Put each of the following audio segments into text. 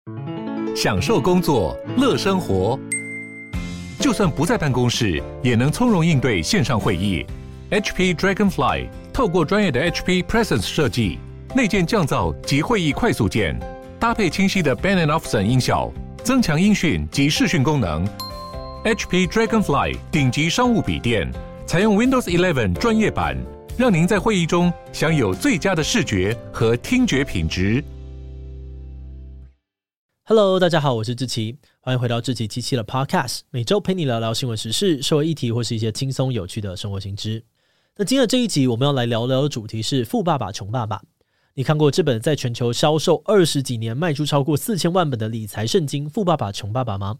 享受工作，乐生活。就算不在办公室，也能从容应对线上会议。HP Dragonfly 透过专业的 HP Presence 设计，内建降噪及会议快速键，搭配清晰的 Bang & Olufsen 音效，增强音讯及视讯功能。HP Dragonfly 顶级商务笔电，采用 Windows 11专业版，让您在会议中享有最佳的视觉和听觉品质。 Hello， 大家好，我是志祺，欢迎回到志祺77的 Podcast， 每周陪你聊聊新闻时事、社会议题或是一些轻松有趣的生活新知。那今天的这一集我们要来聊聊的主题是富爸爸穷爸爸。你看过这本在全球销售20几年卖出超过4000万本的理财圣经《富爸爸穷爸爸》吗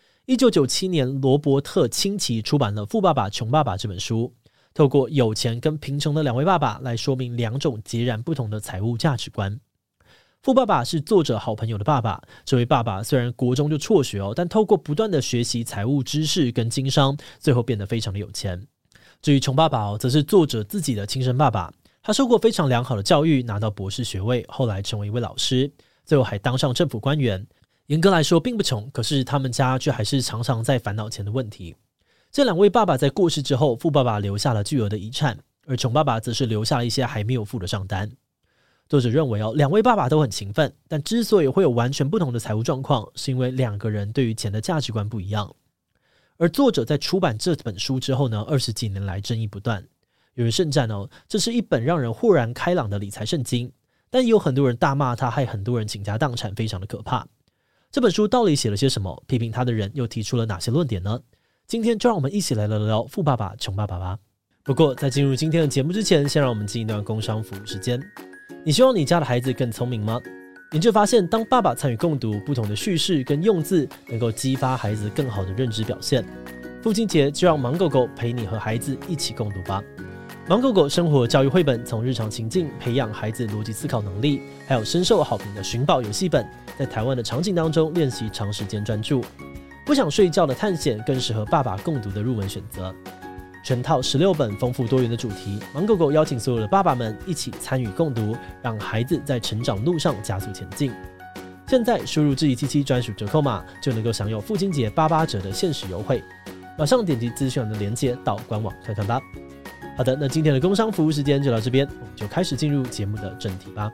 ？1997年罗伯特清崎出版了《富爸爸穷爸爸》这本书，透过有钱跟贫穷的两位爸爸来说明两种截然不同的财务价值观。富爸爸是作者好朋友的爸爸，这位爸爸虽然国中就辍学但透过不断的学习财务知识跟经商，最后变得非常的有钱。至于穷爸爸则是作者自己的亲生爸爸，他受过非常良好的教育，拿到博士学位，后来成为一位老师，最后还当上政府官员。严格来说并不穷，可是他们家却还是常常在烦恼钱的问题。这两位爸爸在过世之后，富爸爸留下了巨额的遗产，而穷爸爸则是留下了一些还没有付的账单。作者认为两位爸爸都很勤奋，但之所以会有完全不同的财务状况，是因为两个人对于钱的价值观不一样。而作者在出版这本书之后呢，20几年来争议不断。有人盛赞这是一本让人豁然开朗的理财圣经，但也有很多人大骂他，害很多人倾家荡产，非常的可怕。这本书到底写了些什么？批评他的人又提出了哪些论点呢？今天就让我们一起来聊聊富爸爸穷爸爸吧。不过在进入今天的节目之前，先让我们进一段工商服务时间。你希望你家的孩子更聪明吗？研究发现，当爸爸参与共读，不同的叙事跟用字能够激发孩子更好的认知表现。父亲节就让盲狗狗陪你和孩子一起共读吧。盲狗狗生活教育绘本从日常情境培养孩子逻辑思考能力，还有深受好评的寻宝游戏本，在台湾的场景当中练习长时间专注。不想睡觉的探险更适合爸爸共读的入门选择。全套16本丰富多元的主题，盲狗狗邀请所有的爸爸们一起参与共读，让孩子在成长路上加速前进。现在输入志祺77专属折扣码，就能够享有父亲节88折的限时优惠。马上点击资讯栏的连结到官网看看吧。好的，那今天的工商服务时间就到这边，我们就开始进入节目的正题吧。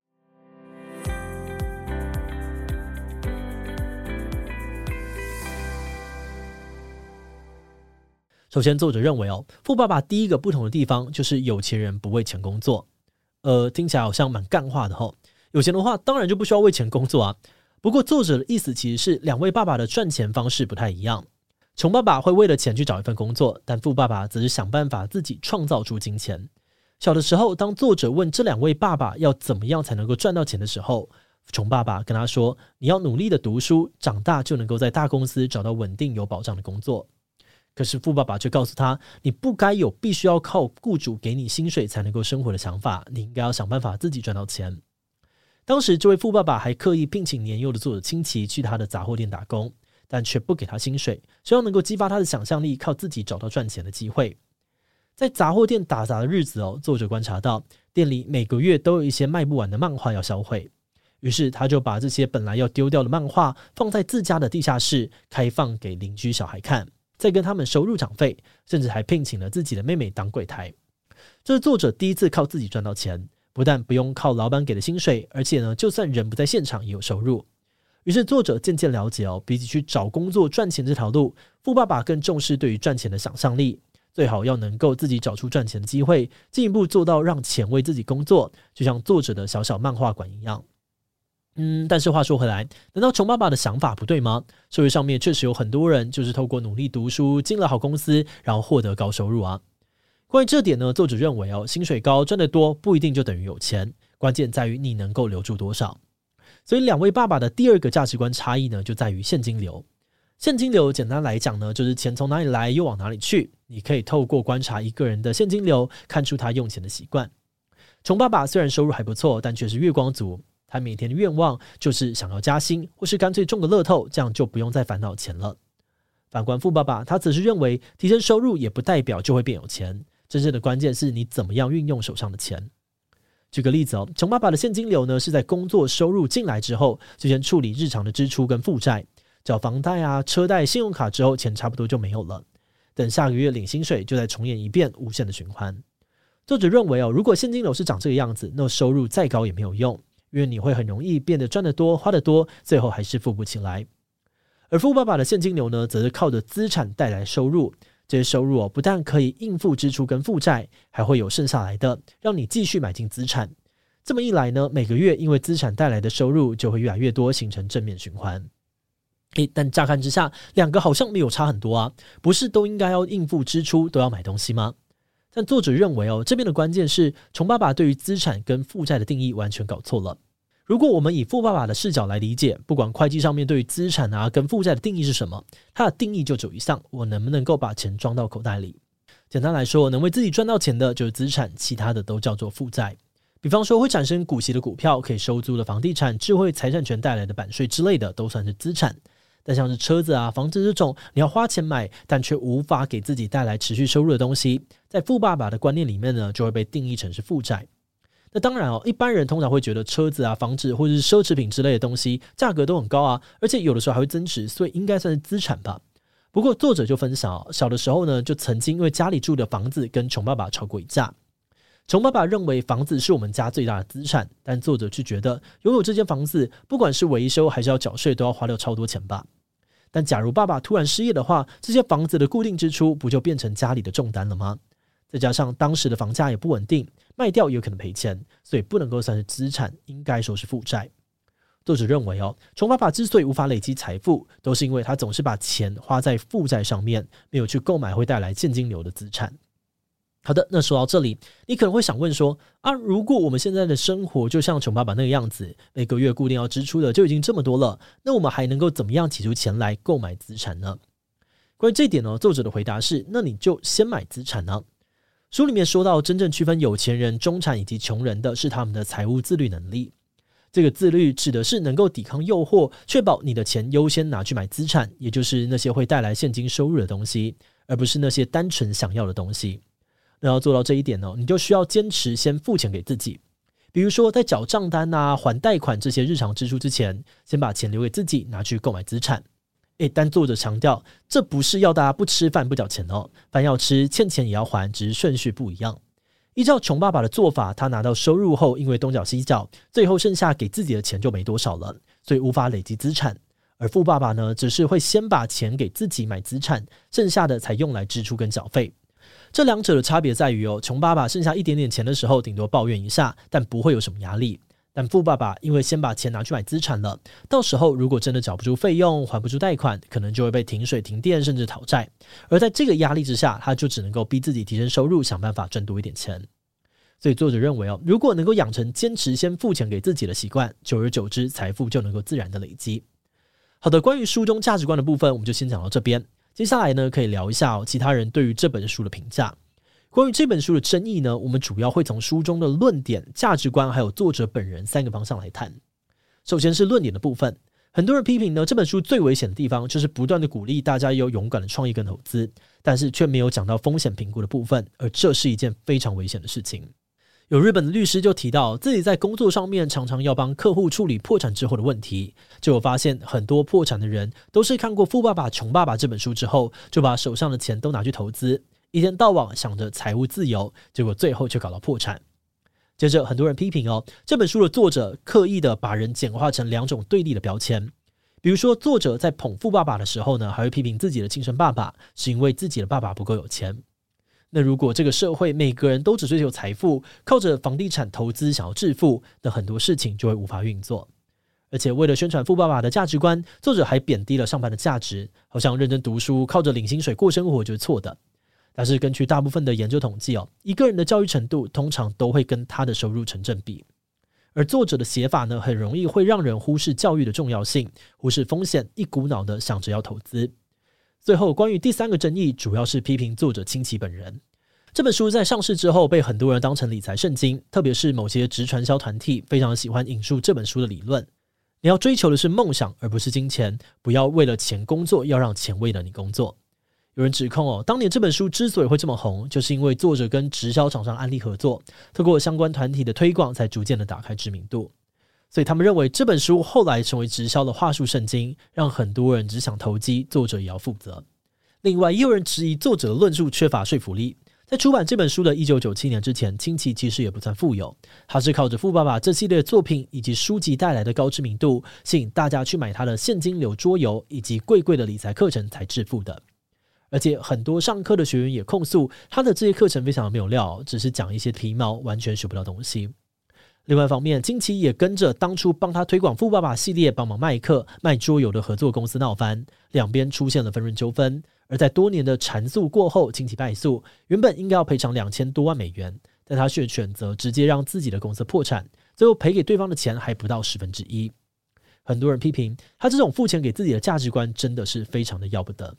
首先，作者认为富爸爸第一个不同的地方就是有钱人不为钱工作。听起来好像蛮干话的有钱的话当然就不需要为钱工作啊。不过作者的意思其实是两位爸爸的赚钱方式不太一样。穷爸爸会为了钱去找一份工作，但富爸爸则是想办法自己创造出金钱。小的时候，当作者问这两位爸爸要怎么样才能够赚到钱的时候，穷爸爸跟他说，你要努力的读书，长大就能够在大公司找到稳定有保障的工作。可是富爸爸却告诉他，你不该有必须要靠雇主给你薪水才能够生活的想法，你应该要想办法自己赚到钱。当时这位富爸爸还刻意聘请年幼的作者清崎去他的杂货店打工，但却不给他薪水，希望能够激发他的想象力，靠自己找到赚钱的机会。在杂货店打杂的日子作者观察到店里每个月都有一些卖不完的漫画要销毁，于是他就把这些本来要丢掉的漫画放在自家的地下室，开放给邻居小孩看，再跟他们收入场费，甚至还聘请了自己的妹妹当柜台。这是作者第一次靠自己赚到钱，不但不用靠老板给的薪水，而且就算人不在现场也有收入。于是作者渐渐了解比起去找工作赚钱这条路，富爸爸更重视对于赚钱的想象力，最好要能够自己找出赚钱的机会，进一步做到让钱为自己工作，就像作者的小小漫画馆一样。但是话说回来，难道穷爸爸的想法不对吗？社会上面确实有很多人就是透过努力读书，进了好公司，然后获得高收入啊。关于这点呢，作者认为薪水高赚得多不一定就等于有钱，关键在于你能够留住多少。所以两位爸爸的第二个价值观差异呢，就在于现金流。现金流简单来讲呢，就是钱从哪里来又往哪里去，你可以透过观察一个人的现金流，看出他用钱的习惯。穷爸爸虽然收入还不错，但却是月光族，他每天的愿望就是想要加薪，或是干脆中个乐透，这样就不用再烦恼钱了。反观富爸爸，他则是认为提升收入也不代表就会变有钱，真正的关键是你怎么样运用手上的钱。 举个例子哦，穷爸爸的现金流呢是在工作收入进来之后，就先处理日常的支出跟负债，缴房贷啊、车贷、信用卡之后，钱差不多就没有了。等下个月领薪水，就再重演一遍无限的循环。作者认为如果现金流是长这个样子，那收入再高也没有用，因为你会很容易变得赚得多、花得多，最后还是富不起来。而富爸爸的现金流呢，则是靠着资产带来收入，这些收入不但可以应付支出跟负债，还会有剩下来的，让你继续买进资产。这么一来呢，每个月因为资产带来的收入就会越来越多，形成正面循环。但乍看之下，两个好像没有差很多啊，不是都应该要应付支出，都要买东西吗？但作者认为这边的关键是穷爸爸对于资产跟负债的定义完全搞错了。如果我们以富爸爸的视角来理解，不管会计上面对于资产啊跟负债的定义是什么，它的定义就只有一项：我能不能够把钱装到口袋里。简单来说，能为自己赚到钱的就是资产，其他的都叫做负债。比方说会产生股息的股票、可以收租的房地产、智慧财产权带来的版税之类的，都算是资产。但像是车子啊、房子这种你要花钱买但却无法给自己带来持续收入的东西，在富爸爸的观念里面呢，就会被定义成是负债。那当然一般人通常会觉得车子啊、房子或者是奢侈品之类的东西价格都很高啊，而且有的时候还会增值，所以应该算是资产吧。不过作者就分享小的时候呢，就曾经因为家里住的房子跟穷爸爸吵过一架。穷爸爸认为房子是我们家最大的资产，但作者却觉得拥有这间房子，不管是维修还是要缴税，都要花掉超多钱吧。但假如爸爸突然失业的话，这些房子的固定支出不就变成家里的重担了吗？再加上当时的房价也不稳定，卖掉也有可能赔钱，所以不能够算是资产，应该说是负债。作者认为穷爸爸之所以无法累积财富，都是因为他总是把钱花在负债上面，没有去购买会带来现金流的资产。好的，那说到这里，你可能会想问说如果我们现在的生活就像穷爸爸那个样子，每个月固定要支出的就已经这么多了，那我们还能够怎么样挤出钱来购买资产呢？关于这一点作者的回答是，那你就先买资产呢。书里面说到，真正区分有钱人、中产以及穷人的是他们的财务自律能力。这个自律指的是能够抵抗诱惑，确保你的钱优先拿去买资产，也就是那些会带来现金收入的东西，而不是那些单纯想要的东西。那要做到这一点你就需要坚持先付钱给自己。比如说在缴账单啊、还贷款这些日常支出之前，先把钱留给自己，拿去购买资产。但作者强调，这不是要大家不吃饭不缴钱饭要吃，欠钱也要还，只是顺序不一样。依照穷爸爸的做法，他拿到收入后，因为东缴西缴，最后剩下给自己的钱就没多少了，所以无法累积资产。而富爸爸呢，只是会先把钱给自己买资产，剩下的才用来支出跟缴费。这两者的差别在于穷爸爸剩下一点点钱的时候，顶多抱怨一下，但不会有什么压力。但富爸爸因为先把钱拿去买资产了，到时候如果真的缴不出费用，还不出贷款，可能就会被停水停电，甚至讨债。而在这个压力之下，他就只能够逼自己提升收入，想办法赚多一点钱。所以作者认为如果能够养成坚持先付钱给自己的习惯，久而久之财富就能够自然的累积。好的，关于书中价值观的部分我们就先讲到这边。接下来呢，可以聊一下其他人对于这本书的评价。关于这本书的争议呢，我们主要会从书中的论点、价值观还有作者本人三个方向来谈。首先是论点的部分，很多人批评呢，这本书最危险的地方就是不断的鼓励大家有勇敢的创意跟投资，但是却没有讲到风险评估的部分，而这是一件非常危险的事情。有日本的律师就提到，自己在工作上面常常要帮客户处理破产之后的问题，就有发现很多破产的人都是看过《富爸爸穷爸爸》这本书之后，就把手上的钱都拿去投资，一天到晚想着财务自由，结果最后却搞到破产。接着很多人批评这本书的作者刻意的把人简化成两种对立的标签。比如说作者在捧富爸爸的时候呢，还会批评自己的亲生爸爸是因为自己的爸爸不够有钱。那如果这个社会每个人都只追求财富，靠着房地产投资想要致富，那很多事情就会无法运作。而且为了宣传富爸爸的价值观，作者还贬低了上班的价值，好像认真读书靠着领薪水过生活就是错的。但是根据大部分的研究统计一个人的教育程度通常都会跟他的收入成正比。而作者的写法呢，很容易会让人忽视教育的重要性，忽视风险，一股脑的想着要投资。最后关于第三个争议，主要是批评作者亲戚本人。这本书在上市之后被很多人当成理财圣经，特别是某些直传销团体非常喜欢引述这本书的理论。你要追求的是梦想而不是金钱，不要为了钱工作，要让钱为了你工作。 有人指控当年这本书之所以会这么红，就是因为作者跟直销厂商安利合作，透过相关团体的推广才逐渐的打开知名度。所以他们认为这本书后来成为直销的话术圣经，让很多人只想投机，作者也要负责。另外也有人质疑作者的论述缺乏说服力。在出版这本书的1997年之前，清崎其实也不算富有，他是靠着富爸爸这系列作品以及书籍带来的高知名度，吸引大家去买他的现金流桌游以及贵贵的理财课程才致富的。而且很多上课的学员也控诉他的这些课程非常的没有料，只是讲一些皮毛，完全学不到东西。另外一方面，清崎也跟着当初帮他推广富爸爸系列帮忙卖课卖桌游的合作公司闹翻，两边出现了分润纠纷。而在多年的缠诉过后，清崎败诉，原本应该要赔偿2000多万美元，但他却选择直接让自己的公司破产，最后赔给对方的钱还不到1/10。很多人批评他这种付钱给自己的价值观真的是非常的要不得。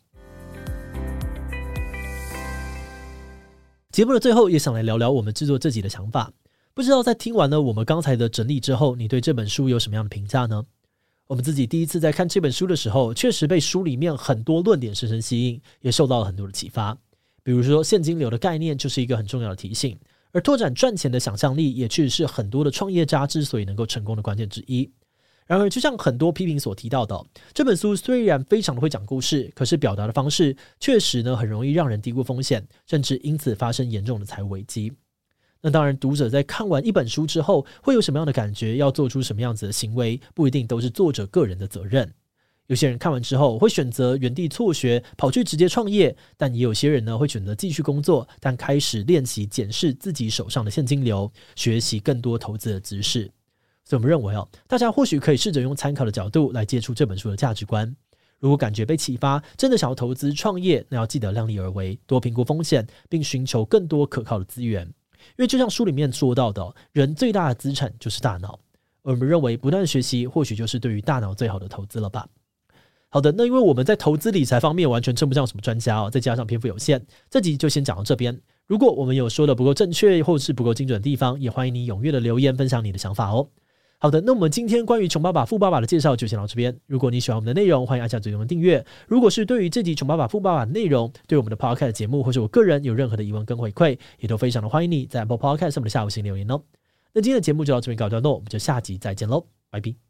节目的最后也想来聊聊我们制作这集的想法，不知道在听完了我们刚才的整理之后，你对这本书有什么样的评价呢？我们自己第一次在看这本书的时候，确实被书里面很多论点深深吸引，也受到了很多的启发。比如说现金流的概念就是一个很重要的提醒，而拓展赚钱的想象力也确实是很多的创业家之所以能够成功的关键之一。然而就像很多批评所提到的，这本书虽然非常的会讲故事，可是表达的方式确实呢很容易让人低估风险，甚至因此发生严重的财务危机。那当然读者在看完一本书之后会有什么样的感觉，要做出什么样子的行为，不一定都是作者个人的责任。有些人看完之后会选择原地辍学跑去直接创业，但也有些人呢会选择继续工作，但开始练习检视自己手上的现金流，学习更多投资的知识。所以我们认为大家或许可以试着用参考的角度来接触这本书的价值观。如果感觉被启发，真的想要投资创业，那要记得量力而为，多评估风险，并寻求更多可靠的资源。因为就像书里面说到的，人最大的资产就是大脑，而我们认为不断学习或许就是对于大脑最好的投资了吧。好的，那因为我们在投资理财方面完全称不上什么专家再加上篇幅有限，这集就先讲到这边。如果我们有说的不够正确或是不够精准的地方，也欢迎你踊跃的留言分享你的想法好的，那我们今天关于穷爸爸富爸爸的介绍就先到这边。如果你喜欢我们的内容，欢迎按下最右的订阅。如果是对于这集穷爸爸富爸爸的内容，对我们的 Podcast 节目或是我个人有任何的疑问跟回馈，也都非常的欢迎你在 Apple Podcast 上面的下午星留言那今天的节目就到这边告一段落，我们就下集再见喽，拜拜。